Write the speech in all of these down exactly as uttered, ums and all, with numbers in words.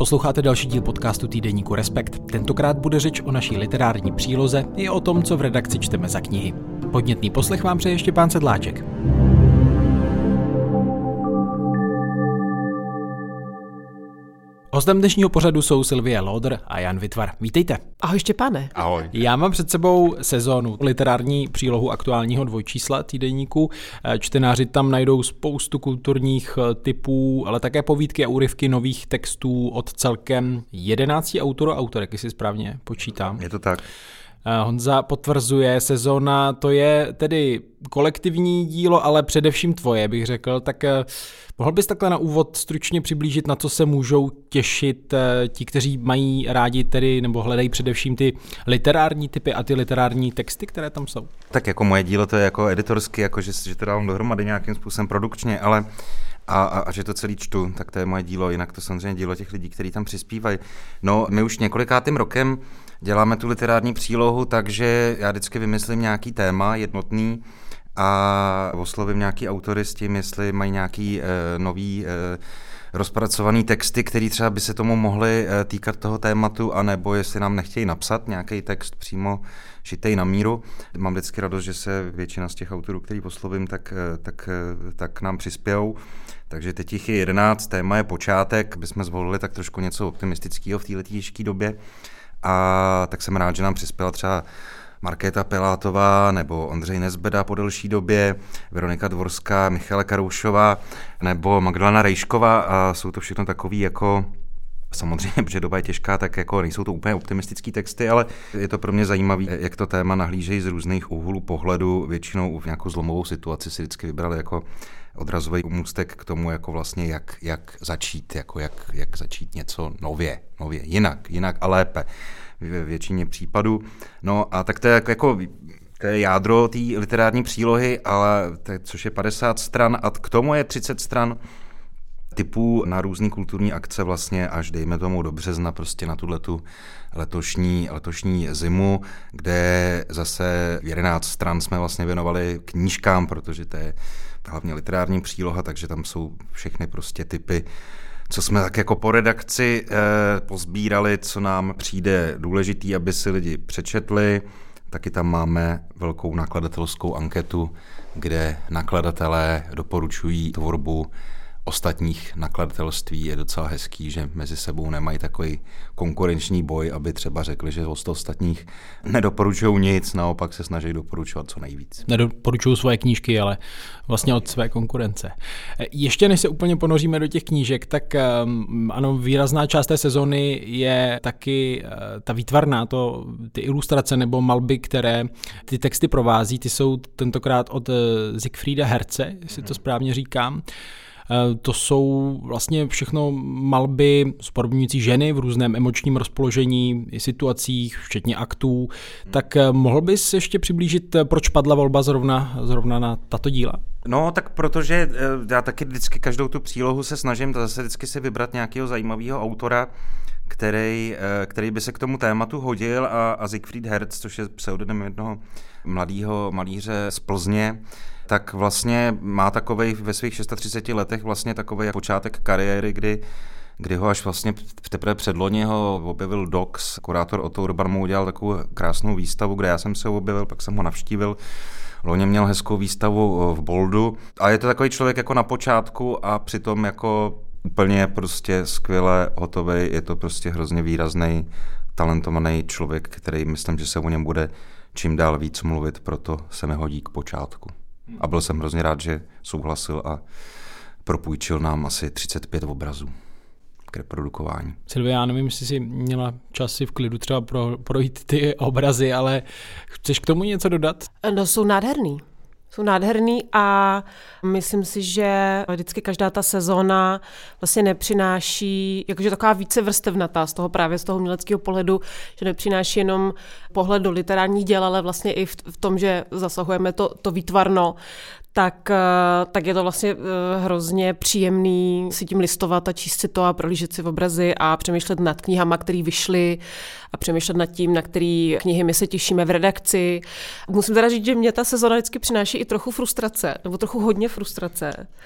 Posloucháte další díl podcastu týdeníku Respekt. Tentokrát bude řeč o naší literární příloze i o tom, co v redakci čteme za knihy. Podnětný poslech vám přeje Štěpán Sedláček. Hostem dnešního pořadu jsou Sylvie Lauder a Jan Witwer. Vítejte. Ahoj Štěpáne. Ahoj. Já mám před sebou sezónu, literární přílohu aktuálního dvojčísla týdeníku. Čtenáři tam najdou spoustu kulturních typů, ale také povídky a úryvky nových textů od celkem jedenácti autorů a autorek, jestli správně počítám. Je to tak. Honza potvrzuje, sezóna to je tedy kolektivní dílo, ale především tvoje, bych řekl. Tak mohl bys takhle na úvod stručně přiblížit, na co se můžou těšit ti, kteří mají rádi tedy, nebo hledají především ty literární typy a ty literární texty, které tam jsou? Tak jako moje dílo to je jako editorsky, jako že, že to dávám dohromady nějakým způsobem produkčně, ale A, a, a že to celý čtu, tak to je moje dílo, jinak to samozřejmě dílo těch lidí, kteří tam přispívají. No, my už několikátým rokem děláme tu literární přílohu, takže já vždycky vymyslím nějaký téma jednotný a oslovím nějaký autory s tím, jestli mají nějaký e, nový e, rozpracovaný texty, který třeba by se tomu mohly e, týkat toho tématu, anebo jestli nám nechtějí napsat nějaký text přímo šitej na míru. Mám vždycky radost, že se většina z těch autorů, který poslovím, tak, tak, tak nám přispějou. Takže teď jich je jedenáct, téma je počátek, bychom zvolili tak trošku něco optimistického v této těžké době. A tak jsem rád, že nám přispěla třeba Markéta Pilátová nebo Ondřej Nezbeda po delší době, Veronika Dvorská, Michala Karoušová nebo Magdalena Rejšková a jsou to všechno takový jako samozřejmě, protože doba je těžká, tak jako nejsou to úplně optimistický texty, ale je to pro mě zajímavé, jak to téma nahlížejí z různých úhlů pohledu. Většinou v nějakou zlomovou situaci si vždycky vybrali jako odrazový můstek k tomu, jako vlastně jak, jak začít, jako jak, jak začít něco nově, nově, jinak, jinak a lépe ve většině případů. No a tak to je jako to je jádro té literární přílohy, ale to, což je padesát stran a k tomu je třicet stran typů na různý kulturní akce vlastně až dejme tomu do března prostě na tuhletu letošní, letošní zimu, kde zase jedenáct stran jsme vlastně věnovali knížkám, protože to je hlavně literární příloha, takže tam jsou všechny prostě typy, co jsme tak jako po redakci eh, pozbírali, co nám přijde důležitý, aby si lidi přečetli. Taky tam máme velkou nakladatelskou anketu, kde nakladatelé doporučují tvorbu ostatních nakladatelství. Je docela hezký, že mezi sebou nemají takový konkurenční boj, aby třeba řekli, že od ostatních nedoporučují nic, naopak se snaží doporučovat co nejvíc. Nedoporučují svoje knížky, ale vlastně od své konkurence. Ještě než se úplně ponoříme do těch knížek, tak um, ano, výrazná část té sezony je taky uh, ta výtvarná, to, ty ilustrace nebo malby, které ty texty provází, ty jsou tentokrát od uh, Siegfrieda Herze, jestli to správně říkám. To jsou vlastně všechno malby spodobňující ženy v různém emočním rozpoložení, situacích, včetně aktů. Tak mohl bys ještě přiblížit, proč padla volba zrovna, zrovna na tato díla? No, tak protože já taky vždycky každou tu přílohu se snažím zase vždycky si vybrat nějakého zajímavého autora, který, který by se k tomu tématu hodil a, a Siegfried Herz, což je pseudonym jednoho mladého malíře z Plzně, tak vlastně má takovej ve svých třiceti šesti letech vlastně takovej počátek kariéry, kdy, kdy ho až vlastně teprve předloni ho objevil Dox, kurátor Otto Urban mu udělal takovou krásnou výstavu, kde já jsem se ho objevil, pak jsem ho navštívil. Loni měl hezkou výstavu v Boldu a je to takový člověk jako na počátku a přitom jako úplně prostě skvěle hotovej, je to prostě hrozně výrazný, talentovaný člověk, který myslím, že se o něm bude čím dál víc mluvit, proto se mi hodí k počátku. A byl jsem hrozně rád, že souhlasil a propůjčil nám asi třicet pět obrazů k reprodukování. Sylvie, já nevím, jestli jsi měla čas si v klidu třeba pro, projít ty obrazy, ale chceš k tomu něco dodat? No, jsou nádherný. Jsou nádherný a myslím si, že vždycky každá ta sezóna vlastně nepřináší, jakože taková více vrstevnatá z toho právě z toho uměleckého pohledu, že nepřináší jenom pohled do literárních děl, ale vlastně i v, v tom, že zasahujeme to, to výtvarno, tak, tak je to vlastně hrozně příjemný si tím listovat a číst si to a prolížet si v obrazy a přemýšlet nad knihama, které vyšly a přemýšlet nad tím, na který knihy my se těšíme v redakci. Musím teda říct, že mě ta sezóna vždycky přináší i trochu frustrace, nebo trochu hodně frustrace,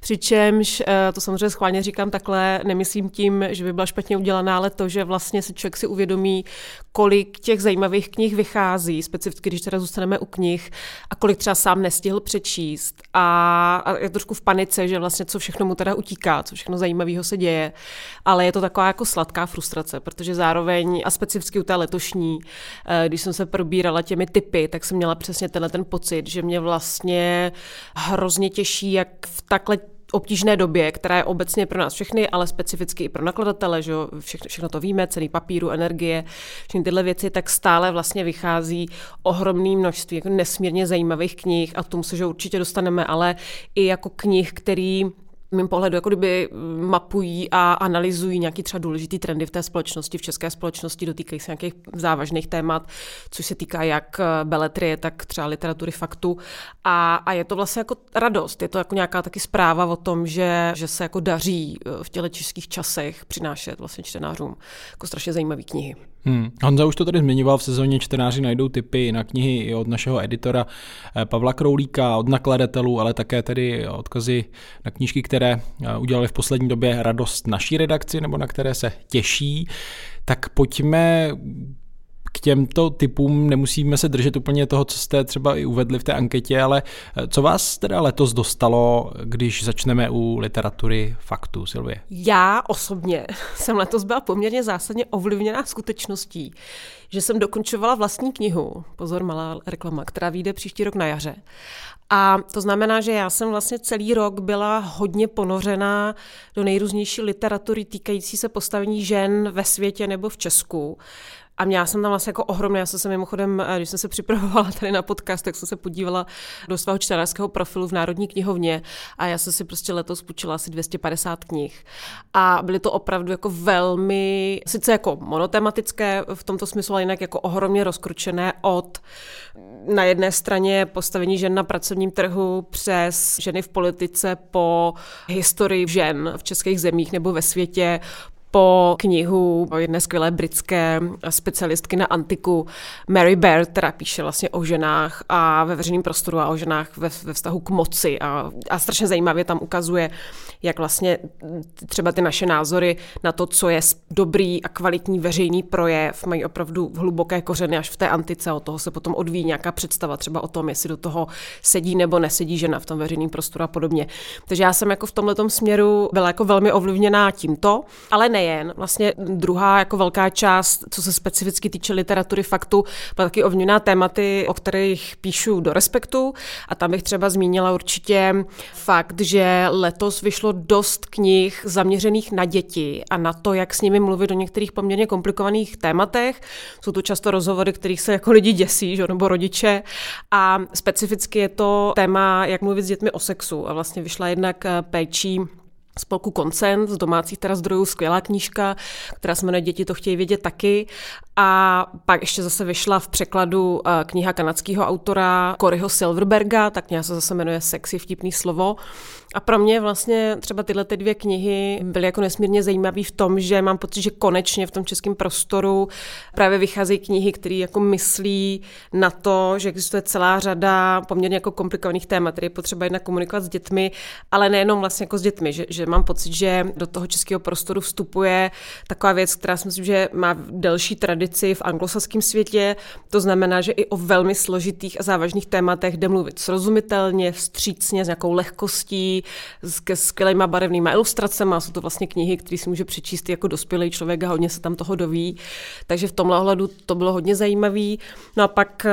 Přičemž, to samozřejmě schválně říkám takhle, nemyslím tím, že by byla špatně udělaná, ale to, že vlastně se člověk si uvědomí, kolik těch zajímavých knih vychází, specificky, když teda zůstaneme u knih, a kolik třeba sám nestihl přečíst. A, a je trošku v panice, že vlastně co všechno mu teda utíká, co všechno zajímavého se děje. Ale je to taková jako sladká frustrace, protože zároveň, a specificky u té letošní, když jsem se probírala těmi tipy, tak jsem měla přesně tenhle ten pocit, že mě vlastně hrozně těší, jak v takhle obtížné době, která je obecně pro nás všechny, ale specificky i pro nakladatele, že všechno, všechno to víme, ceny papíru, energie, všechny tyhle věci, tak stále vlastně vychází ohromné množství jako nesmírně zajímavých knih a k tomu se že určitě dostaneme, ale i jako knih, který v mým pohledu jako kdyby mapují a analyzují nějaký třeba důležitý trendy v té společnosti, v české společnosti, dotýkají se nějakých závažných témat, což se týká jak beletrie, tak třeba literatury faktu. A, a je to vlastně jako radost, je to jako nějaká taky zpráva o tom, že, že se jako daří v těchto českých časech přinášet vlastně čtenářům jako strašně zajímavé knihy. Hmm. Honza už to tady zmiňoval, v sezóně čtenáři najdou tipy na knihy i od našeho editora Pavla Kroulíka, od nakladatelů, ale také tedy odkazy na knížky, které udělali v poslední době radost naší redakci nebo na které se těší. Tak pojďme k těmto typům, nemusíme se držet úplně toho, co jste třeba i uvedli v té anketě, ale co vás teda letos dostalo, když začneme u literatury faktu, Silvie? Já osobně jsem letos byla poměrně zásadně ovlivněná skutečností, že jsem dokončovala vlastní knihu, pozor, malá reklama, která vyjde příští rok na jaře. A to znamená, že já jsem vlastně celý rok byla hodně ponořená do nejrůznější literatury týkající se postavení žen ve světě nebo v Česku. A měla jsem tam vlastně jako ohromně, já jsem se mimochodem, když jsem se připravovala tady na podcast, tak jsem se podívala do svého čtenářského profilu v Národní knihovně a já jsem si prostě letos půjčila asi dvě stě padesát knih. A byly to opravdu jako velmi, sice jako monotematické v tomto smyslu, ale jinak jako ohromně rozkročené od na jedné straně postavení žen na pracovním trhu přes ženy v politice po historii žen v českých zemích nebo ve světě, po knihu jedné skvělé britské specialistky na antiku Mary Baird, která píše vlastně o ženách a ve veřejném prostoru a o ženách ve, ve vztahu k moci a, a strašně zajímavě tam ukazuje, jak vlastně třeba ty naše názory na to, co je dobrý a kvalitní veřejný projev, mají opravdu hluboké kořeny až v té antice, od toho se potom odvíjí nějaká představa třeba o tom, jestli do toho sedí nebo nesedí žena v tom veřejném prostoru a podobně. Takže já jsem jako v tomhletom směru byla jako velmi ovlivněná tímto, ale ne jen. Vlastně druhá jako velká část, co se specificky týče literatury faktu, byla taky ovlivněná tématy, o kterých píšu do Respektu. A tam bych třeba zmínila určitě fakt, že letos vyšlo dost knih zaměřených na děti a na to, jak s nimi mluvit o některých poměrně komplikovaných tématech. Jsou to často rozhovory, kterých se jako lidi děsí, že, nebo rodiče. A specificky je to téma, jak mluvit s dětmi o sexu. A vlastně vyšla jednak péčí spolku Koncent z domácích teda zdrojů, skvělá knížka, která se jmenuje Děti to chtějí vědět taky. A pak ještě zase vyšla v překladu kniha kanadského autora Coryho Silverberga, tak kniha se zase jmenuje Sex je vtipný slovo. A pro mě vlastně třeba tyhle ty dvě knihy byly jako nesmírně zajímavé v tom, že mám pocit, že konečně v tom českém prostoru právě vycházejí knihy, které jako myslí na to, že existuje celá řada poměrně jako komplikovaných témat, které je potřeba jednak komunikovat s dětmi, ale nejenom vlastně jako s dětmi, že, že mám pocit, že do toho českého prostoru vstupuje taková věc, která si myslím, že má delší tradici v anglosaském světě. To znamená, že i o velmi složitých a závažných tématech jde mluvit srozumitelně, vstřícně, s nějakou lehkostí, s skvělýma barevnýma ilustracemi. Jsou to vlastně knihy, které si může přečíst jako dospělý člověk a hodně se tam toho doví. Takže v tomhle ohledu to bylo hodně zajímavý. No a pak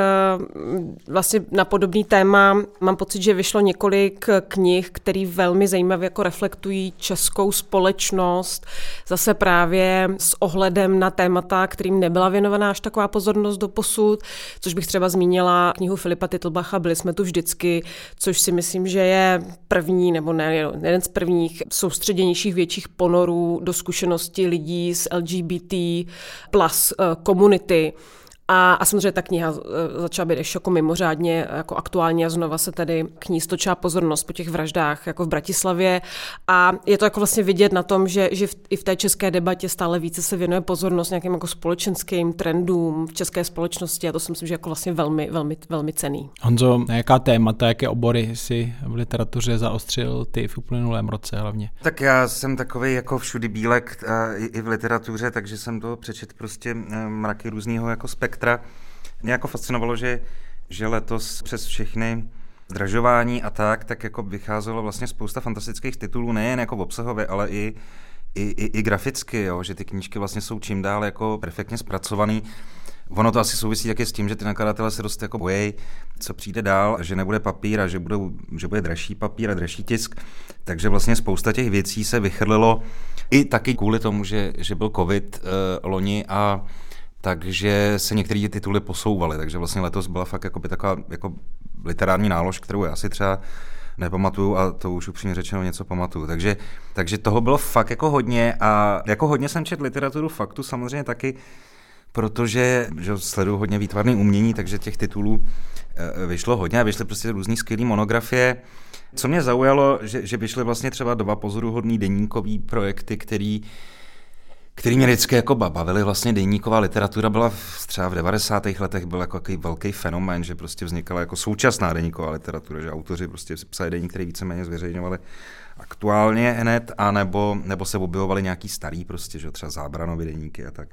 vlastně na podobný téma mám pocit, že vyšlo několik knih, které velmi zajímavě jako reflektují českou společnost, zase právě s ohledem na témata, kterým nebyla věnovaná až taková pozornost doposud, což bych třeba zmínila knihu Filipa Titlbacha Byli jsme tu vždycky, což si myslím, že je první, nebo ne, jeden z prvních soustředěnějších větších ponorů do zkušenosti lidí z L G B T plus komunity. A, a samozřejmě ta kniha začala být ještě jako mimořádně jako aktuální a znova se tady k ní stočila pozornost po těch vraždách jako v Bratislavě. A je to jako vlastně vidět na tom, že, že v, i v té české debatě stále více se věnuje pozornost nějakým jako společenským trendům v české společnosti a to si myslím, že jako vlastně velmi, velmi, velmi cenný. Honzo, jaká témata, jaké obory si v literatuře zaostřil ty v uplynulém roce hlavně? Tak já jsem takovej jako všudy bílek a i, i v literatuře, takže jsem to přečet prostě mraky různýho jako spektra. Mě jako fascinovalo, že, že letos přes všechny zdražování a tak, tak jako vycházelo vlastně spousta fantastických titulů, nejen jako obsahově, ale i, i, i, i graficky, jo, že ty knížky vlastně jsou čím dál jako perfektně zpracovaný. Ono to asi souvisí taky s tím, že ty nakladatelé se dost jako bojí, co přijde dál, že nebude papír a že, budou, že bude dražší papír a dražší tisk. Takže vlastně spousta těch věcí se vychrlilo i taky kvůli tomu, že, že byl covid uh, loni a takže se některé tituly posouvaly. Takže vlastně letos byla fakt jako by taková jako literární nálož, kterou já si třeba nepamatuju a to už upřímně řečeno něco pamatuju. Takže, takže toho bylo fakt jako hodně a jako hodně jsem četl literaturu faktu samozřejmě taky, protože že sleduju hodně výtvarné umění, takže těch titulů vyšlo hodně a vyšly prostě různý skvělý monografie. Co mě zaujalo, že, že vyšly vlastně třeba dva pozoruhodný deníkový projekty, který, který mě vždycky jako bavily. Vlastně deníková literatura byla v, třeba v devadesátých letech byl jako takový velký fenomén, že prostě vznikala jako současná deníková literatura, že autoři prostě psali deník, který víceméně zveřejňovali aktuálně hned, a nebo, nebo se objevovali nějaký starý prostě, že třeba Zábranovy deníky a tak.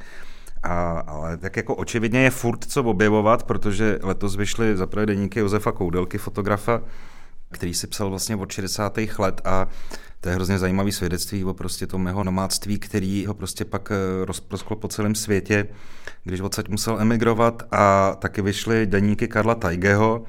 A, ale tak jako očividně je furt co objevovat, protože letos vyšly zaprvé deníky Josefa Koudelky, fotografa, který si psal vlastně od šedesátých let a to je hrozně zajímavý svědectví o prostě tom jeho nomádství, který ho prostě pak rozprosklo po celém světě, když odsaď musel emigrovat, a taky vyšly deníky Karla Tajgeho,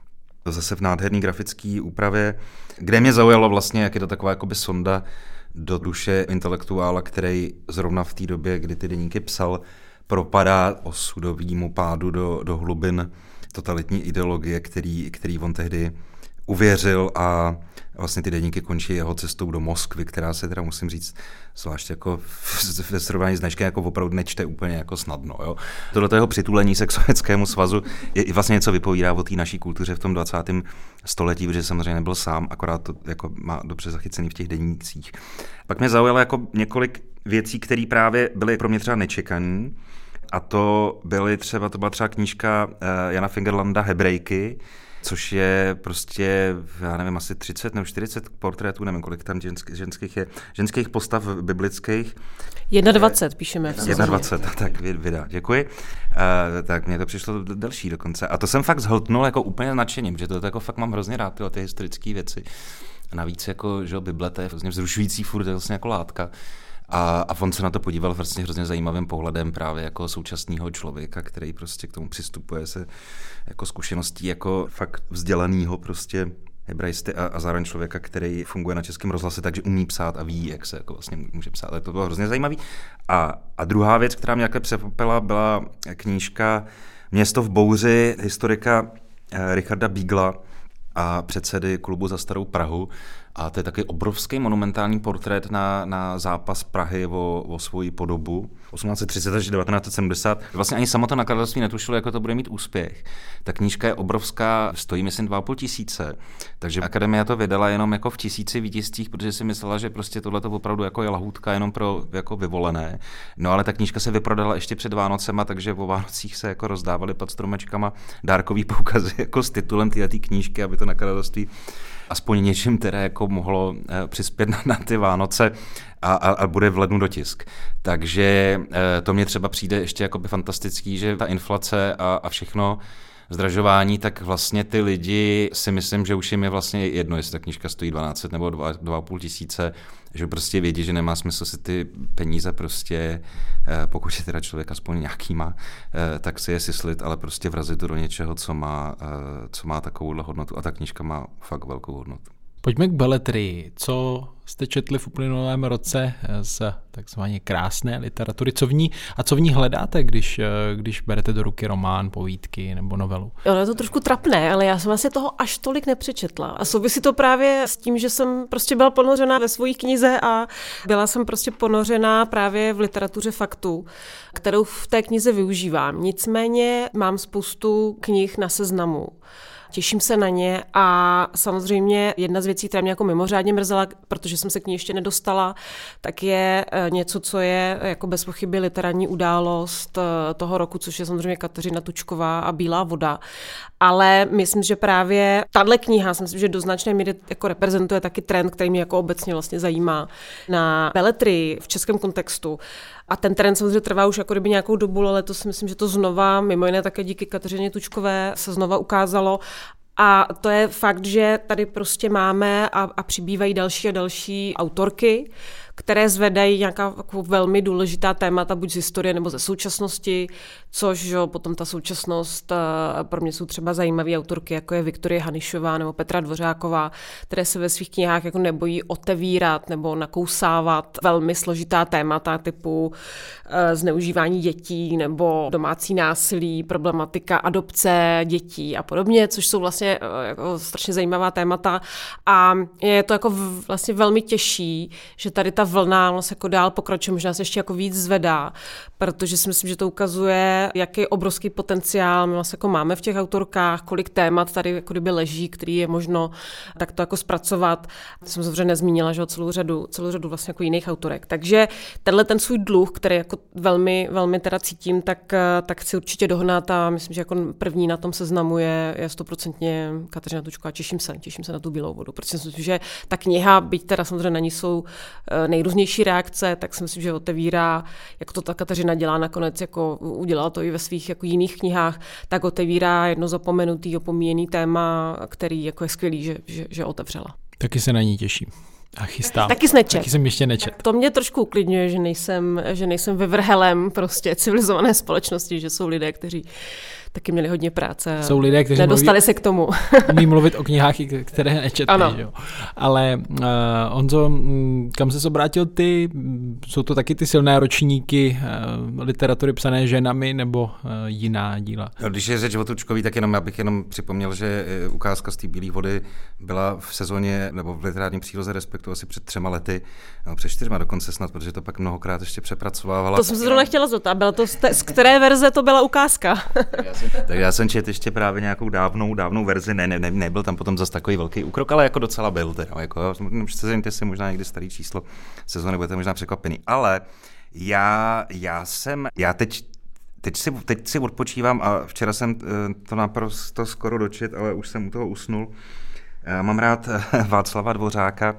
zase v nádherný grafický úpravě, kde mě zaujalo vlastně, jak je to taková jakoby sonda do duše intelektuála, který zrovna v té době, kdy ty deníky psal, propadá osudovýmu pádu do, do hlubin totalitní ideologie, který, který on tehdy uvěřil, a vlastně ty deníky končí jeho cestou do Moskvy, která se teda musím říct, zvlášť jako ve srovnání s dneškem jako opravdu nečte úplně jako snadno. Jo. Tohle jeho přitulení se k Sovětskému svazu je i vlastně něco vypovídá o té naší kultuře v tom dvacátém století, protože samozřejmě nebyl sám, akorát to jako má dobře zachycený v těch denících. Pak mě zaujalo jako několik věcí, které právě byly pro mě třeba nečekaný, a to byly třeba, to byla třeba knížka Jana Fingerlanda Hebrejky, což je prostě, já nevím, asi třicet nebo čtyřicet portrétů, nevím, kolik tam žensk, ženských je, ženských postav biblických. dvacet jedna píšeme. dvacet jedna, tak vydá, děkuji. Uh, tak mně to přišlo delší dokonce. A to jsem fakt zhltnul jako úplně nadšením, že to jako fakt mám hrozně rád, tyhle ty historické věci. A navíc jako, že Bible, to je hrozně vzrušující furt, to je vlastně jako látka. A, a on se na to podíval vlastně hrozně zajímavým pohledem právě jako současného člověka, který prostě k tomu přistupuje se jako zkušeností jako fakt vzdělanýho prostě hebrajisty a, a zároveň člověka, který funguje na Českém rozhlase, takže umí psát a ví, jak se jako vlastně může psát. Tak to bylo hrozně zajímavý. A, a druhá věc, která mě jakhle překvapila, byla knížka Město v bouři historika eh, Richarda Biegla a předsedy klubu Za starou Prahu. A to je taky obrovský monumentální portrét na, na zápas Prahy o, o svoji podobu. osmnáct set třicet až devatenáct set sedmdesát. Vlastně ani samo to nakladatelství netušilo, jako to bude mít úspěch. Ta knížka je obrovská, stojí myslím dva a půl tisíce. Takže Akademia to vydala jenom jako v tisíci výtiscích, protože si myslela, že prostě tohle to opravdu jako je lahůdka jenom pro jako vyvolené. No ale ta knížka se vyprodala ještě před Vánocema, takže o Vánocích se jako rozdávaly pod stromečkama dárkový poukazy jako s titulem této knížky, aby to nakladatelství aspoň něčím teda jako mohlo eh, přispět na, na ty Vánoce a, a, a bude v lednu dotisk. Takže eh, to mně třeba přijde ještě jakoby fantastický, že ta inflace a, a všechno zdražování, tak vlastně ty lidi si myslím, že už jim je vlastně jedno, jestli ta knížka stojí dvanáct set nebo dva a půl tisíce, že prostě vědí, že nemá smysl si ty peníze prostě, pokud je teda člověk aspoň nějaký má, tak si je syslit, ale prostě vrazit to do něčeho, co má, co má takovouhle hodnotu. A ta knížka má fakt velkou hodnotu. Pojďme k beletrii. Co jste četli v uplynulém roce z takzvaně krásné literatury? Co v ní a co v ní hledáte, když, když berete do ruky román, povídky nebo novelu? Ono je to trošku trapné, ale já jsem asi toho až tolik nepřečetla. A souvisí to právě s tím, že jsem prostě byla ponořená ve své knize a byla jsem prostě ponořená právě v literatuře faktů, kterou v té knize využívám. Nicméně mám spoustu knih na seznamu. Těším se na ně a samozřejmě jedna z věcí, která mě jako mimořádně mrzela, protože jsem se k ní ještě nedostala, tak je něco, co je jako bez pochyby literární událost toho roku, což je samozřejmě Kateřina Tučková a Bílá voda. Ale myslím, že právě tahle kniha, si myslím, že do značné míry jako reprezentuje taky trend, který mě jako obecně vlastně zajímá na beletrii v českém kontextu. A ten trend samozřejmě trvá už jako kdyby nějakou dobu, ale to si myslím, že to znova, mimo jiné také díky Kateřině Tučkové, se znova ukázalo. A to je fakt, že tady prostě máme a, a přibývají další a další autorky, které zvedají nějaká jako velmi důležitá témata, buď z historie nebo ze současnosti, což že, potom ta současnost, pro mě jsou třeba zajímavé autorky, jako je Viktorie Hanišová nebo Petra Dvořáková, které se ve svých knihách jako nebojí otevírat nebo nakousávat velmi složitá témata typu zneužívání dětí nebo domácí násilí, problematika adopce dětí a podobně, což jsou vlastně jako strašně zajímavá témata a je to jako vlastně velmi těžší, že tady ta vlna vlastně jako dál pokračuje, možná se ještě jako víc zvedá, protože si myslím, že to ukazuje, jaký obrovský potenciál my vlastně jako máme v těch autorkách, kolik témat tady jako kdyby leží, který je možno takto jako zpracovat. Jsem samozřejmě nezmínila, že celou řadu, celou řadu vlastně jako jiných autorek. Takže tenhle ten svůj dluh, který jako velmi, velmi teda cítím, tak, tak chci určitě dohnat a myslím, že jako první na tom seznamu je, je stoprocentně Kateřina Tučková. Těším se, těším se na tu Bílou vodu, protože si myslím, že ta kniha, byť teda samozřejmě na ní jsou nejrůznější reakce, tak si myslím, že otevírá, jak to ta Kateřina dělá nakonec, jako udělala to i ve svých jako jiných knihách, tak otevírá jedno zapomenutý, opomíjený téma, který jako je skvělý, že, že, že otevřela. Taky se na ní těším. A chystám. Taky jsi nečet. Taky jsem ještě nečet. To mě trošku uklidňuje, že nejsem, že nejsem vyvrhelem prostě civilizované společnosti, že jsou lidé, kteří taky měli hodně práce. Jsou lidé, kteří nedostali mluví, se k tomu. umí mluvit o knihách, které nečetli. Jo. Ale uh, Honzo, kam ses obrátil ty? Jsou to taky ty silné ročníky uh, literatury psané ženami nebo uh, jiná díla? No, když je řeč o Tučkový, tak jenom, abych jenom připomněl, že ukázka z té Bílé vody byla v sezóně nebo v literární příloze Respektu asi před třema lety, no, před čtyřma dokonce snad, protože to pak mnohokrát ještě přepracovávala. To jsem se zrovna chtěla zeptat, byla to z, té, z které verze to byla ukázka? Tak já jsem četl ještě právě nějakou dávnou, dávnou verzi, ne, ne, ne, nebyl tam potom zase takový velký úkrok, ale jako docela byl. Teda, jako, přezeňte si možná někdy starý číslo sezóny, budete možná překvapený. Ale já, já jsem, já teď, teď, si, teď si odpočívám a včera jsem to naprosto skoro dočet, ale už jsem u toho usnul. Já mám rád Václava Dvořáka,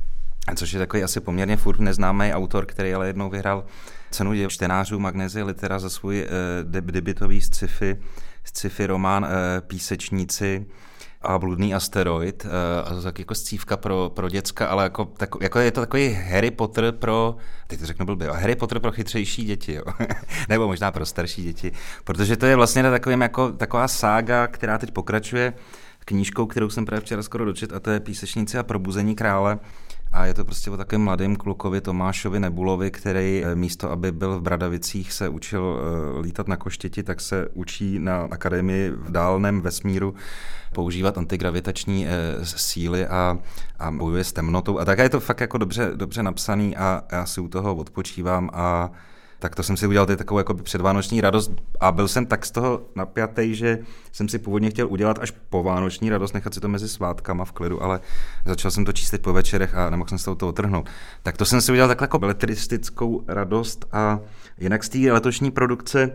což je takový asi poměrně furt neznámý autor, který ale jednou vyhrál cenu čtenářů Magnesia Litera za svůj eh, debutový sci-fi, sci-fi román eh, Písečníci a Bludný asteroid. Eh, a to tak jako scívka pro, pro děcka, ale jako, tak, jako je to takový Harry Potter pro, teď to řeknu blbě, Harry Potter pro chytřejší děti, jo. Nebo možná pro starší děti, protože to je vlastně takovým jako, taková sága, která teď pokračuje knížkou, kterou jsem právě včera skoro dočet, a to je Písečníci a probuzení krále. A je to prostě o takovém mladém klukovi Tomášovi Nebulovi, který místo, aby byl v Bradavicích, se učil lítat na koštěti, tak se učí na akademii v dálném vesmíru používat antigravitační síly a, a bojuje s temnotou. A tak je to fakt jako dobře, dobře napsaný a já si u toho odpočívám a tak to jsem si udělal tady takovou jako předvánoční radost a byl jsem tak z toho napjatý, že jsem si původně chtěl udělat až po vánoční radost, nechat si to mezi svátkama v klidu, ale začal jsem to číst teď po večerech a nemohl jsem se toho otrhnout. Tak to jsem si udělal takhle jako beletristickou radost a jinak z té letošní produkce,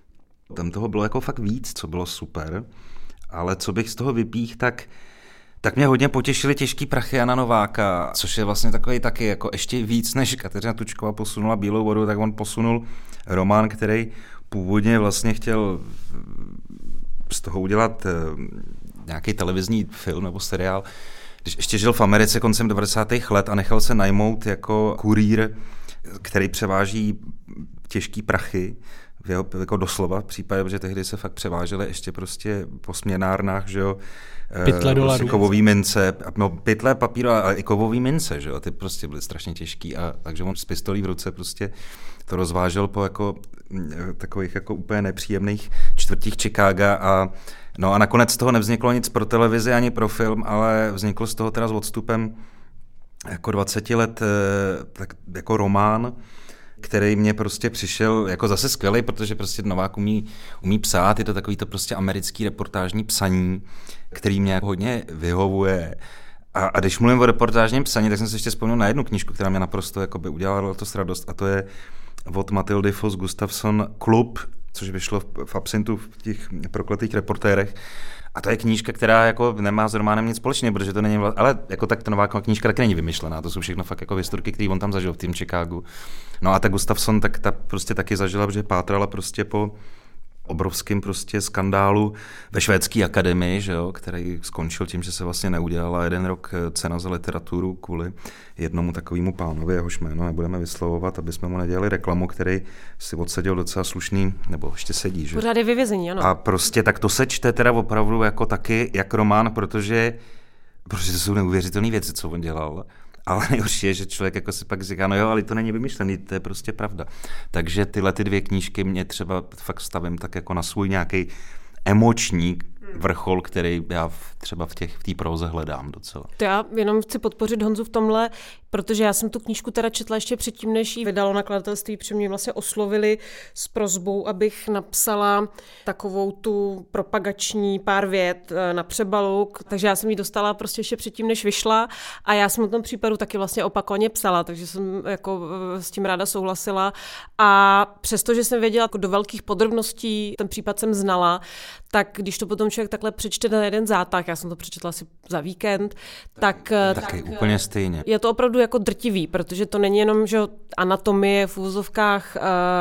tam toho bylo jako fakt víc, co bylo super, ale co bych z toho vypích, tak Tak mě hodně potěšily Těžký prachy Jana Nováka, což je vlastně takový taky jako ještě víc, než Kateřina Tučková posunula Bílou vodu, tak on posunul román, který původně vlastně chtěl z toho udělat nějaký televizní film nebo seriál, když ještě žil v Americe koncem devadesátých let a nechal se najmout jako kurýr, který převáží těžký prachy v jeho jako doslova v případě, že tehdy se fakt převážely ještě prostě po směnárnách, že jo, pytle dolarů. Prostě kovový mince, no pytle papíru, ale i kovový mince, že jo, ty prostě byly strašně těžký a takže on s pistolí v ruce prostě to rozvážel po jako takových jako úplně nepříjemných čtvrtích Chicaga a no a nakonec z toho nevzniklo nic pro televizi ani pro film, ale vznikl z toho teda s odstupem jako dvacet let tak jako román, který mě prostě přišel jako zase skvělej, protože prostě Novák umí, umí psát, je to takový to prostě americký reportážní psaní, který mě jako hodně vyhovuje. A, a když mluvím o reportážním psaní, tak jsem se ještě vzpomněl na jednu knížku, která mě naprosto jakoby udělala letos radost, a to je od Matildy Foss Gustafsson Klub, což vyšlo v, v Absintu v těch prokletých reportérech. A to je knížka, která jako nemá s románem nic společného, protože to není vlastně, ale jako tak ta nová knížka taky není vymyšlená, to jsou všechno fakt jako historky, které on tam zažil v tým Chicagu. No a ta Gustafsson tak ta prostě taky zažila, že pátrala prostě po obrovským prostě skandálu ve švédské akademii, že jo, který skončil tím, že se vlastně neudělala jeden rok cena za literaturu kvůli jednomu takovému pánovi, jehož jméno nebudeme vyslovovat, aby jsme mu nedělali reklamu, který si odseděl docela slušný, nebo ještě sedí, že? Pořád je ve vězení, ano. A prostě tak to se čte teda opravdu jako taky, jak román, protože, protože to jsou neuvěřitelné věci, co on dělal. Ale nejhorší je, že člověk jako si pak říká, no jo, ale to není vymyšlený, to je prostě pravda. Takže tyhle ty dvě knížky mě třeba fakt stavím tak jako na svůj nějaký emoční vrchol, který já v, třeba v té v té próze hledám docela. To já jenom chci podpořit Honzu v tomhle, protože já jsem tu knížku teda četla ještě předtím, než ji vydalo nakladatelství, protože mě vlastně oslovili s prosbou, abych napsala takovou tu propagační pár vět na přebalu, takže já jsem ji dostala prostě ještě předtím, než vyšla a já jsem o tom případu taky vlastně opakovaně psala, takže jsem jako s tím ráda souhlasila a přestože jsem věděla jako do velkých podrobností, ten případ jsem znala, tak když to potom člověk takhle přečte na jeden zátah, já jsem to přečetla asi za víkend, tak... Taky tak, úplně stejně. Je to opravdu jako drtivý, protože to není jenom, že anatomie v úvozovkách uh,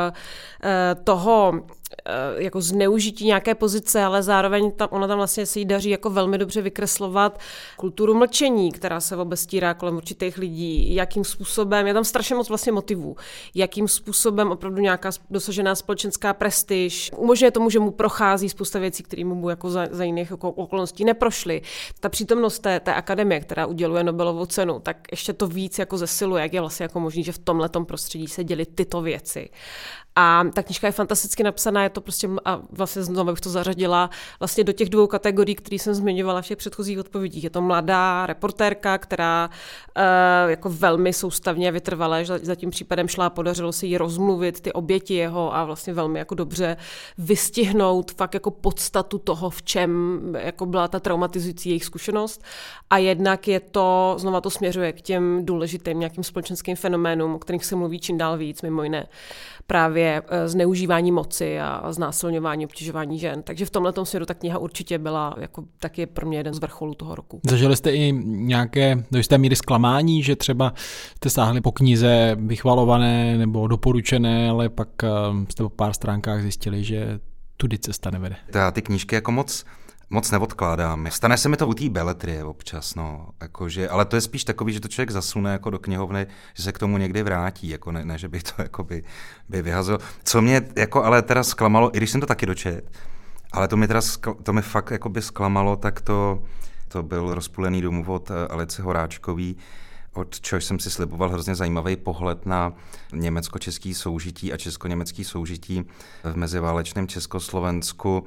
uh, toho uh, jako zneužití nějaké pozice, ale zároveň tam, ona tam vlastně se jí daří jako velmi dobře vykreslovat kulturu mlčení, která se obestírá kolem určitých lidí, jakým způsobem, je tam strašně moc vlastně motivů, jakým způsobem opravdu nějaká dosažená společenská prestiž umožňuje tomu, že mu prochází spousta věcí, které mu jako za, za jiných jako okolností neprošly. Ta přítomnost té, té akademie, která uděluje Nobelovu cenu, tak ještě to víc jako zesiluje, jak je vlastně jako možný, že v tomhletom prostředí se děly tyto věci. A ta knížka je fantasticky napsaná, je to prostě, a vlastně znovu bych to zařadila vlastně do těch dvou kategorií, které jsem zmiňovala v těch předchozích odpovědích. Je to mladá reportérka, která uh, jako velmi soustavně vytrvale za tím případem šla, podařilo se jí rozmluvit ty oběti jeho a vlastně velmi jako dobře vystihnout fakt jako podstatu toho, v čem jako byla ta traumatizující jejich zkušenost. A jednak je to, znova to směřuje k těm důležitým nějakým společenským fenoménům, o kterých se mluví čím dál víc, mimo jiné právě zneužívání moci a znásilňování, obtěžování žen. Takže v tomhletom směru ta kniha určitě byla jako taky pro mě jeden z vrcholů toho roku. Zažili jste i nějaké do jisté míry zklamání, že třeba jste sáhli po knize vychvalované nebo doporučené, ale pak jste po pár stránkách zjistili, že tudy cesta nevede? Já ty knížky jako moc Moc neodkládám. Stane se mi to u té beletrie občas, no. Jakože, ale to je spíš takový, že to člověk zasune jako do knihovny, že se k tomu někdy vrátí, jako ne, ne že bych to jako by, by vyhazil. Co mě jako ale teda zklamalo, i když jsem to taky dočet, ale to mi teda to mi fakt jako by zklamalo, tak to, to byl Rozpůlený domov od Alice Horáčkový, od čehož jsem si sliboval hrozně zajímavý pohled na německo-český soužití a česko-německý soužití v meziválečném Československu.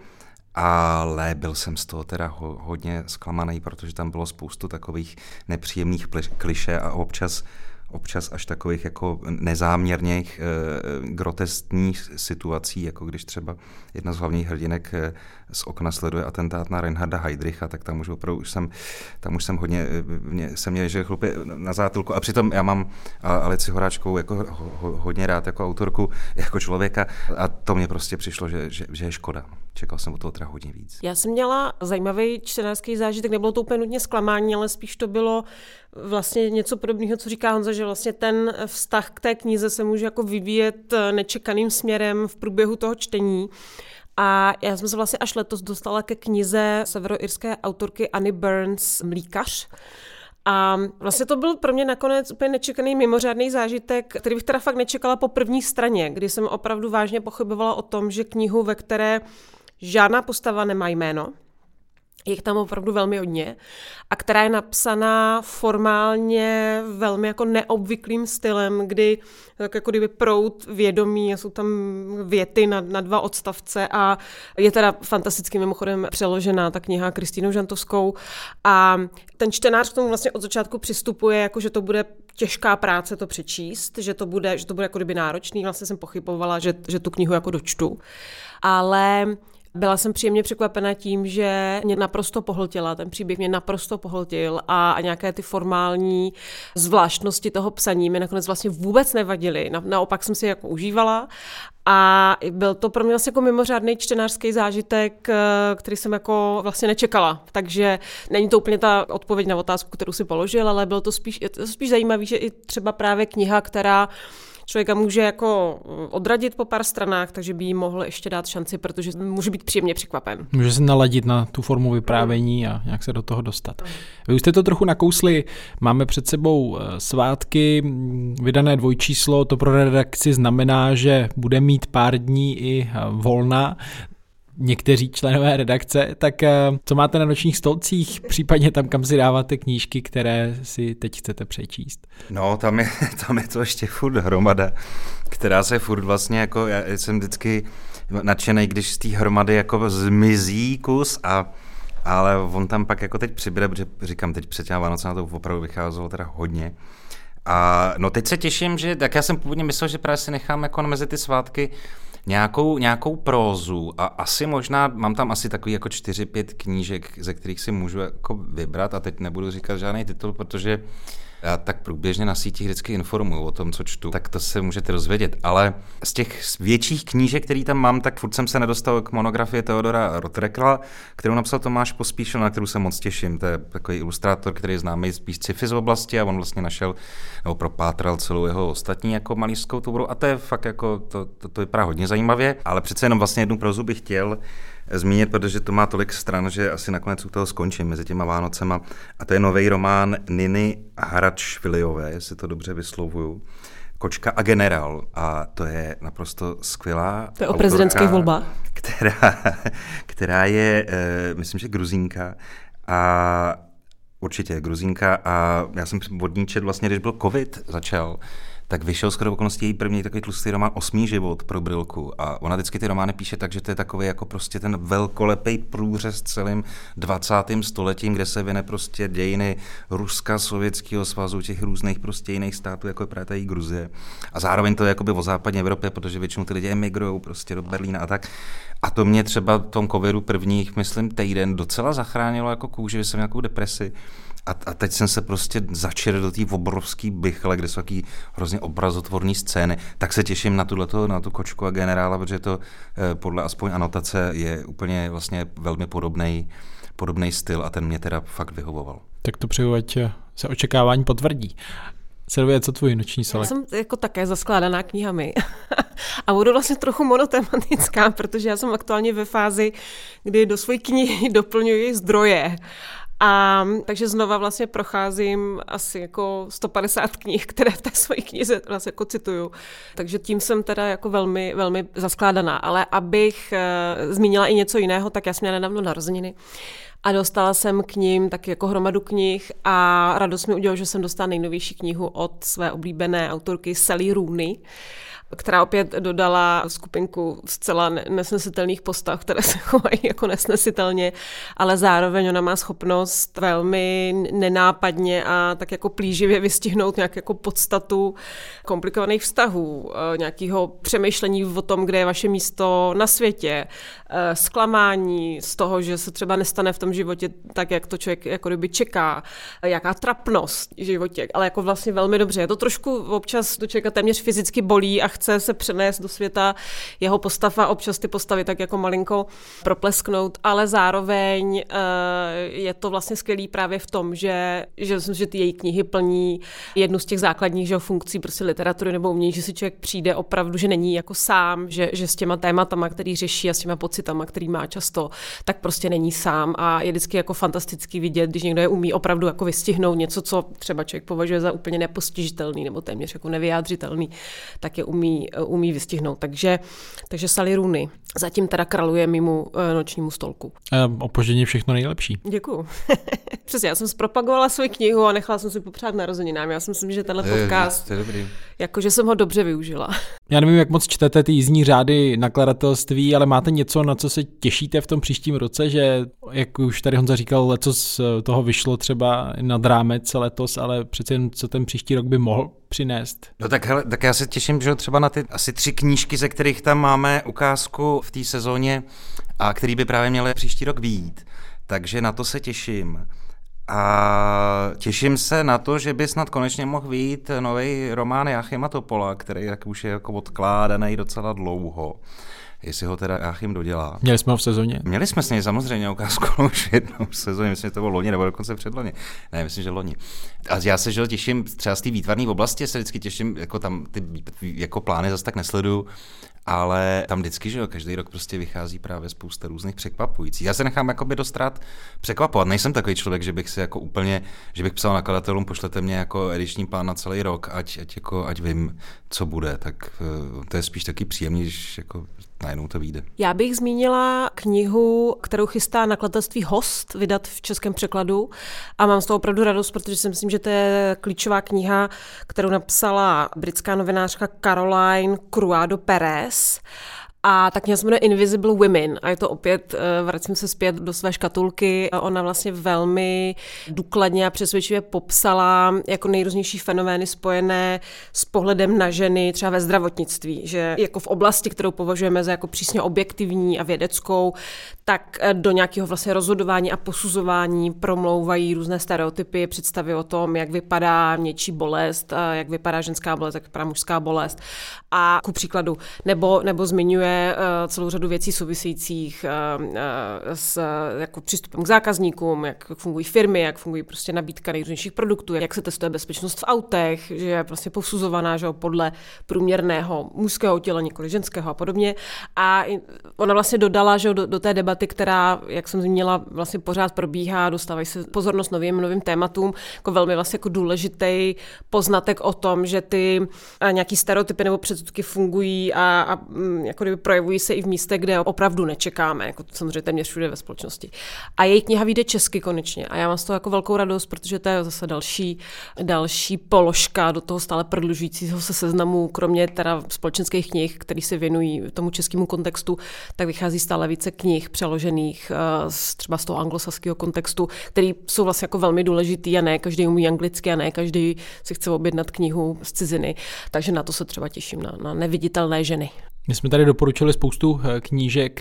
Ale byl jsem z toho teda ho, hodně zklamaný, protože tam bylo spoustu takových nepříjemných klišé a občas, občas až takových jako nezáměrných, e, groteskních situací, jako když třeba jedna z hlavních hrdinek e, z okna sleduje atentát na Reinharda Heydricha, tak tam už opravdu už jsem, tam už jsem hodně, mě, jsem měl, že chlupy na zátylku a přitom já mám Alici Horáčkovou jako ho, ho, hodně rád jako autorku, jako člověka a to mě prostě přišlo, že, že, že je škoda. Čekal jsem od toho teda hodně víc. Já jsem měla zajímavý čtenářský zážitek, nebylo to úplně nutně zklamání, ale spíš to bylo vlastně něco podobného, co říká Honza, že vlastně ten vztah k té knize se může jako vyvíjet nečekaným směrem v průběhu toho čtení. A já jsem se vlastně až letos dostala ke knize severoirské autorky Annie Burns Mlíkař. A vlastně to byl pro mě nakonec úplně nečekaný mimořádný zážitek, který bych teda fakt nečekala po první straně, kdy jsem opravdu vážně pochybovala o tom, že knihu, ve které žádná postava nemá jméno, je tam opravdu velmi hodně, a která je napsaná formálně velmi jako neobvyklým stylem, kdy tak jako kdyby proud vědomí a jsou tam věty na, na dva odstavce a je teda fantasticky mimochodem přeložená ta kniha Kristýnou Žantovskou a ten čtenář k tomu vlastně od začátku přistupuje, jako že to bude těžká práce to přečíst, že to bude, že to bude jako kdyby náročný, vlastně jsem pochybovala, že, že tu knihu jako dočtu, ale byla jsem příjemně překvapena tím, že mě naprosto pohltila, ten příběh mě naprosto pohltil a, a nějaké ty formální zvláštnosti toho psaní mi nakonec vlastně vůbec nevadily. Na, naopak jsem si jako užívala a byl to pro mě vlastně jako mimořádný čtenářský zážitek, který jsem jako vlastně nečekala. Takže není to úplně ta odpověď na otázku, kterou si položil, ale bylo to spíš, je to spíš zajímavé, že i třeba právě kniha, která člověka může jako odradit po pár stranách, takže by jí mohl ještě dát šanci, protože může být příjemně překvapen. Může se naladit na tu formu vyprávění a nějak se do toho dostat. Vy už jste to trochu nakousli, máme před sebou svátky, vydané dvojčíslo, to pro redakci znamená, že bude mít pár dní i volna, někteří členové redakce, tak co máte na nočních stolcích, případně tam, kam si dáváte knížky, které si teď chcete přečíst? No, tam je, tam je to ještě furt hromada, která se furt vlastně jako, já jsem vždycky nadšenej, když z té hromady jako zmizí kus a ale on tam pak jako teď přibude, protože říkám, teď před těma Vánoce na to opravdu vycházelo teda hodně. A no teď se těším, že, tak já jsem původně myslel, že právě si nechám jako mezi ty svátky Nějakou, nějakou prózu a asi možná, mám tam asi takový jako čtyři, pět knížek, ze kterých si můžu jako vybrat a teď nebudu říkat žádný titul, protože já tak průběžně na sítích vždycky informuju o tom, co čtu, tak to se můžete dozvědět, ale z těch větších knížek, který tam mám, tak furt jsem se nedostal k monografii Theodora Rothrekla, kterou napsal Tomáš Pospíšil, na kterou se moc těším. To je takový ilustrátor, který je známý spíš sci-fi z oblasti a on vlastně našel nebo propátral celou jeho ostatní jako malířskou tvoru a to je fakt jako, to, to, to vypadá hodně zajímavě, ale přece jenom vlastně jednu prózu bych chtěl zmínit, protože to má tolik stran, že asi nakonec u toho skončím mezi těma Vánocema. A to je nový román Niny Haračviliové, jestli to dobře vyslovuju. Kočka a generál. A to je naprosto skvělá To je o prezidentských volbách? Která, která je, myslím, že Gruzínka. A určitě Gruzínka. A já jsem od ní četl vlastně, když byl covid, začal, tak vyšel skoro okolností její první takový tlustý román Osmý život pro Brilku. A ona vždycky ty romány píše tak, že to je takový jako prostě ten velkolepý průřez celým dvacátým stoletím, kde se vyne prostě dějiny Ruska, Sovětského svazu, těch různých prostě jiných států, jako je právě tady Gruzie. A zároveň to je jakoby o západní Evropě, protože většinou ty lidi emigrují prostě do Berlína a tak. A to mě třeba v tom covidu prvních, myslím, týden docela zachránilo jako kůži, že jsem nějakou depresi. A, a teď jsem se prostě začal do té obrovský bychle, kde jsou taky hrozně obrazotvorné scény, tak se těším na tuto, na tu Kočku a generála, protože to eh, podle aspoň anotace je úplně vlastně velmi podobný, podobný styl a ten mě teda fakt vyhovoval. Tak to přeju, ať se očekávání potvrdí. Silvie, co tvůj noční selek? Já jsem jako také zaskládaná knihami a budu vlastně trochu monotematická, protože já jsem aktuálně ve fázi, kdy do své knihy doplňuji zdroje. A takže znova vlastně procházím asi jako sto padesát knih, které v té své knize vlastně jako cituju. Takže tím jsem teda jako velmi, velmi zaskládaná. Ale abych e, zmínila i něco jiného, tak já jsem měla nedávno narozeniny a dostala jsem k ním tak jako hromadu knih a radost mi udělala, že jsem dostala nejnovější knihu od své oblíbené autorky Sally Rooney, která opět dodala skupinku zcela nesnesitelných postav, které se chovají jako nesnesitelně, ale zároveň ona má schopnost velmi nenápadně a tak jako plíživě vystihnout nějak jako podstatu komplikovaných vztahů, nějakého přemýšlení o tom, kde je vaše místo na světě, zklamání z toho, že se třeba nestane v tom životě tak, jak to člověk jako kdyby čeká, jaká trapnost v životě, ale jako vlastně velmi dobře. Je to trošku občas do člověka téměř fyzicky bolí a chce se přenést do světa jeho postav a občas ty postavy tak jako malinko proplesknout, ale zároveň je to vlastně skvělý právě v tom, že, že myslím, že ty její knihy plní jednu z těch základních že, funkcí prostě literatury nebo umění, že si člověk přijde opravdu, že není jako sám, že, že s těma tématama, který řeší a s těma pocitama, který má často, tak prostě není sám a je vždycky jako fantastický vidět, když někdo je umí opravdu jako vystihnout něco, co třeba člověk považuje za úplně nepostižitelný nebo téměř jako nevyjádřitelný, tak je umí, umí vystihnout. Takže, takže Sally Rooney zatím teda kraluje mimo nočnímu stolku. Opoždění všechno nejlepší. Děkuju. Přesně, já jsem zpropagovala svou knihu a nechala jsem si popřát narozeninám. Já si myslím, že tenhle podcast, jakože jsem ho dobře využila. Já nevím, jak moc čtete ty jízdní řády nakladatelství, ale máte něco, na co se těšíte v tom příštím roce, že, jak už tady Honza říkal, letos z toho vyšlo třeba nad rámec letos, ale přece jen co ten příští rok by mohl přinést. No tak, hele, tak já se těším, že třeba na ty asi tři knížky, ze kterých tam máme ukázku v té sezóně a který by právě měly příští rok vyjít. Takže na to se těším. A těším se na to, že by snad konečně mohl vyjít nový román Jáchyma Topola, který tak už je jako odkládaný docela dlouho. Jestli ho teda Jáchym dodělá. Měli jsme ho v sezóně? Měli jsme s něj samozřejmě ukázku už jednou v sezóně, myslím, že to bylo loni, nebo dokonce předloni. Ne, myslím, že loni. A já se že těším, třeba z té výtvarné oblasti se vždycky těším, jako tam ty jako plány zase tak nesleduju, ale tam vždycky, že jo, každý rok prostě vychází právě spousta různých překvapujících. Já se nechám jakoby dost rád překvapovat. Nejsem takový člověk, že bych si jako úplně, že bych psal nakladatelům, pošlete mě jako ediční plán na celý rok, ať, ať, jako, ať vím, co bude. Tak to je spíš taky příjemný, když jako najednou to vyjde. Já bych zmínila knihu, kterou chystá nakladatelství Host vydat v českém překladu a mám z toho opravdu radost, protože si myslím, že to je klíčová kniha, kterou napsala britská novinářka Caroline Cruado Perez. A tak kniha se jmenuje Invisible Women a je to opět, vracím se zpět do své škatulky, ona vlastně velmi důkladně a přesvědčivě popsala jako nejrůznější fenomény spojené s pohledem na ženy třeba ve zdravotnictví, že jako v oblasti, kterou považujeme za jako přísně objektivní a vědeckou, tak do nějakého vlastně rozhodování a posuzování promlouvají různé stereotypy, představy o tom, jak vypadá něčí bolest, jak vypadá ženská bolest, jak vypadá mužská bolest a ku příkladu, nebo, nebo zmiňuje celou řadu věcí souvisejících s jako přístupem k zákazníkům, jak fungují firmy, jak fungují prostě nabídka nejrůznějších produktů, jak se testuje bezpečnost v autech, že je prostě posuzovaná že podle průměrného mužského těla, nikoli ženského a podobně. A ona vlastně dodala, že do, do té debaty, která, jak jsem zmínila, vlastně pořád probíhá, dostávají se pozornost novým novým tématům, jako velmi vlastně jako důležitý poznatek o tom, že ty nějaký stereotypy nebo předsudky fungují a, a jako kdyby projevují se i v místech, kde opravdu nečekáme, jako samozřejmě téměř všude ve společnosti. A její kniha vyjde česky konečně. A já mám z toho jako velkou radost, protože to je zase další, další položka do toho stále prodlužujícího se seznamu, kromě teda společenských knih, které se věnují tomu českému kontextu, tak vychází stále více knih přeložených třeba z toho anglosaského kontextu, který jsou vlastně jako velmi důležitý a ne každý umí anglicky a ne každý si chce objednat knihu z ciziny. Takže na to se třeba těším, na, na Neviditelné ženy. My jsme tady doporučili spoustu knížek.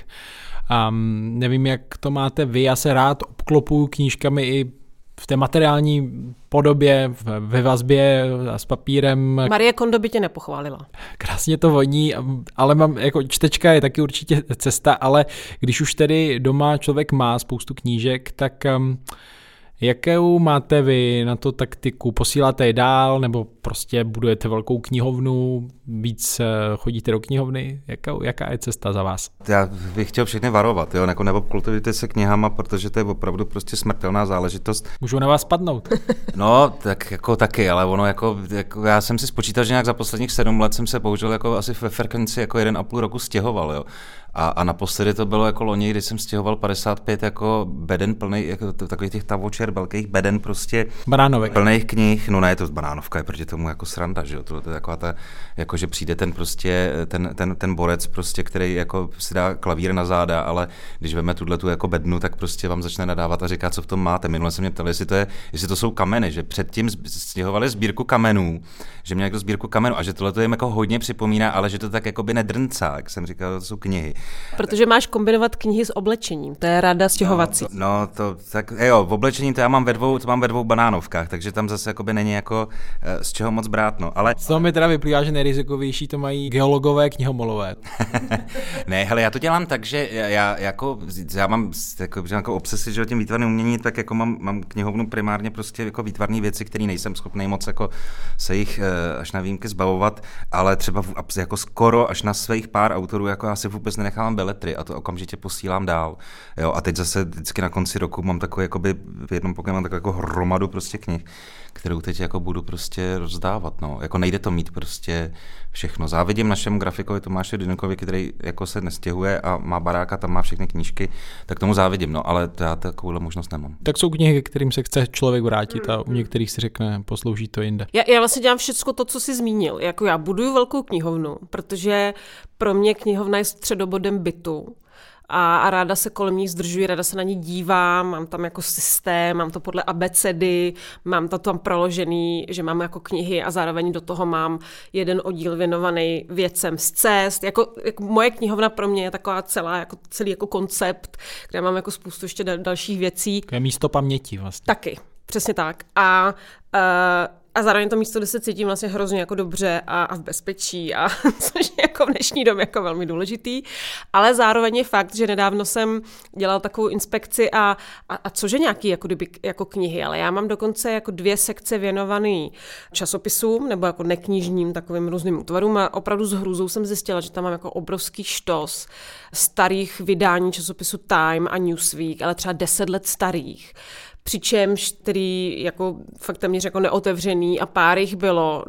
Um, nevím, jak to máte vy. Já se rád obklopuju knížkami i v té materiální podobě, ve vazbě a s papírem. Marie Kondo by tě nepochválila. Krásně to voní, ale mám, jako čtečka je taky určitě cesta, ale když už tedy doma člověk má spoustu knížek, tak um, jakou máte vy na to taktiku? Posíláte je dál, nebo prostě budujete velkou knihovnu, víc chodíte do knihovny? Jaká, jaká je cesta za vás? Já bych chtěl všechny varovat, jo? Jako neobklopujte se knihama, protože to je opravdu prostě smrtelná záležitost. Můžou na vás spadnout. No, tak jako taky, ale ono jako, jako já jsem si spočítal, že nějak za posledních sedm let jsem se použil jako asi ve frekvenci jako jeden a půl roku stěhoval, jo. A, a naposledy to bylo jako loni, kdy jsem stěhoval padesát pět jako beden plný, jako takových těch tavočer, velkých beden prostě. Banánovek. Plných knih, no ne, to z banánovka je proti tomu jako sranda, že jo, to, to je taková ta, jako že přijde ten prostě, ten, ten, ten borec prostě, který jako si dá klavír na záda, ale když veme tuhletu jako bednu, tak prostě vám začne nadávat a říká, co v tom máte. Minule jsem mě ptal, jestli to je, jestli to jsou kameny, že předtím stěhovali sbírku kamenů, že měl někdo sbírku kamenů a že tohle to jim jako hodně připomíná, ale že to tak jako by nedrncá, jak jsem říkal, to jsou knihy. Protože máš kombinovat knihy s oblečením, to je rada stěhovací. No, no to tak, jo, v oblečení to já mám ve dvou, to mám ve dvou banánovkách, takže tam zase jakoby není jako z čeho moc brát, no, ale... Z toho mi teda vyplývá, že nejrizikovější to mají geologové, knihomolové. Ne, hele, já to dělám tak, že já jako, já mám jako, jako obsesi, že o tím výtvarným umění, tak jako mám, mám knihovnu primárně prostě jako výtvarné věci, které nejsem schopný moc jako se jich až na výjimky zbavovat, ale třeba jako skoro až na svých pár autorů, jako já si vůbec nenechávám beletry a to okamžitě posílám dál. Jo, a teď zase vždycky na konci roku mám takový, jakoby v jednom pokoji mám takovou jako hromadu prostě knih, kterou teď jako budu prostě rozdávat, no. Jako nejde to mít prostě všechno. Závidím našemu grafikovi Tomáši Dynukovi, který jako se nestěhuje a má barák a tam má všechny knížky, tak tomu závidím, no, ale já takovouhle možnost nemám. Tak jsou knihy, kterým se chce člověk vrátit a u některých si řekne, poslouží to jinde. Já, já vlastně dělám všechno to, co jsi zmínil. Jako já buduju velkou knihovnu, protože pro mě knihovna je středobodem bytu. A, a ráda se kolem ní zdržuji, ráda se na ní dívám, mám tam jako systém, mám to podle abecedy, mám to tam proložený, že mám jako knihy a zároveň do toho mám jeden oddíl věnovaný věcem z cest. Jako, jako moje knihovna pro mě je taková celá, jako celý jako koncept, kde mám jako spoustu ještě dalších věcí. To je místo paměti vlastně. Taky, přesně tak. A uh, A zároveň to místo, kde se cítím vlastně hrozně jako dobře a, a v bezpečí, a což je jako v dnešní době jako velmi důležitý. Ale zároveň je fakt, že nedávno jsem dělal takovou inspekci a, a, a což je nějaký jako, kdyby, jako knihy, ale já mám dokonce jako dvě sekce věnované časopisům nebo jako neknižním takovým různým útvarům a opravdu s hrůzou jsem zjistila, že tam mám jako obrovský štos starých vydání časopisu Time a Newsweek, ale třeba deset let starých. Přičemž, který jako fakt téměř jako neotevřený a pár jich bylo,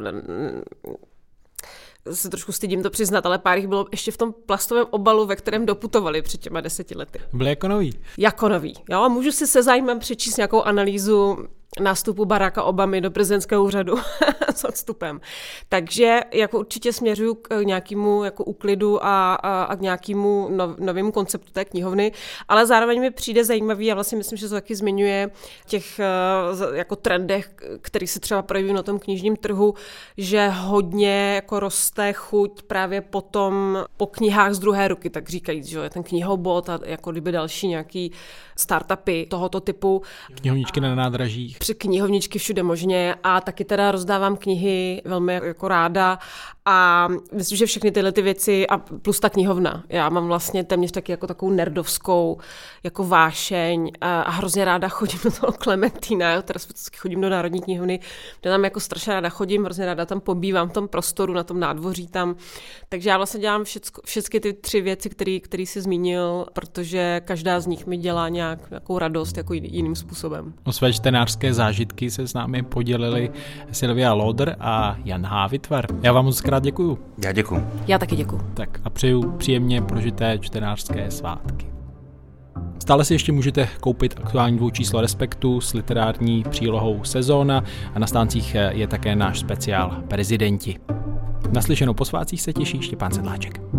se trošku stydím to přiznat, ale pár jich bylo ještě v tom plastovém obalu, ve kterém doputovali před těma deseti lety. Byly jako nový. Jako nový. Jo, a můžu si se zájmem přečíst nějakou analýzu nástupu Baracka Obamy do prezidentského úřadu s odstupem. Takže jako určitě směřuju k nějakému jako úklidu a, a, a k nějakému nov, novému konceptu té knihovny, ale zároveň mi přijde zajímavý a vlastně myslím, že to taky zmiňuje těch jako trendech, který se třeba projeví na tom knižním trhu, že hodně jako roste chuť právě potom po knihách z druhé ruky, tak říkají, že je ten knihobot a jako kdyby další nějaký startupy tohoto typu. Knihovničky na nádražích. Při knihovničky všude možně a taky teda rozdávám knihy velmi jako ráda a myslím, že všechny tyhle ty věci a plus ta knihovna. Já mám vlastně téměř taky jako takovou nerdovskou jako vášeň a, a hrozně ráda chodím do toho Klementína, teraz chodím do Národní knihovny, kde tam jako strašně ráda chodím, hrozně ráda tam pobývám v tom prostoru, na tom nádvoří tam. Takže já vlastně dělám všecko, všechny ty tři věci, které který jsi zmínil, protože každá z nich mi dělá nějak, nějakou radost jako jiným způsobem. O své čtenářské zážitky se s námi podělili Silvia Loder a Jan H. Vytvar. Já vám moc krát děkuju. Já děkuju. Já taky děkuju. Tak a přeju příjemně prožité čtenářské svátky. Stále si ještě můžete koupit aktuální dvoučíslo Respektu s literární přílohou Sezóna a na stáncích je také náš speciál Prezidenti. Naslyšenou po svátcích se těší Štěpán Sedláček.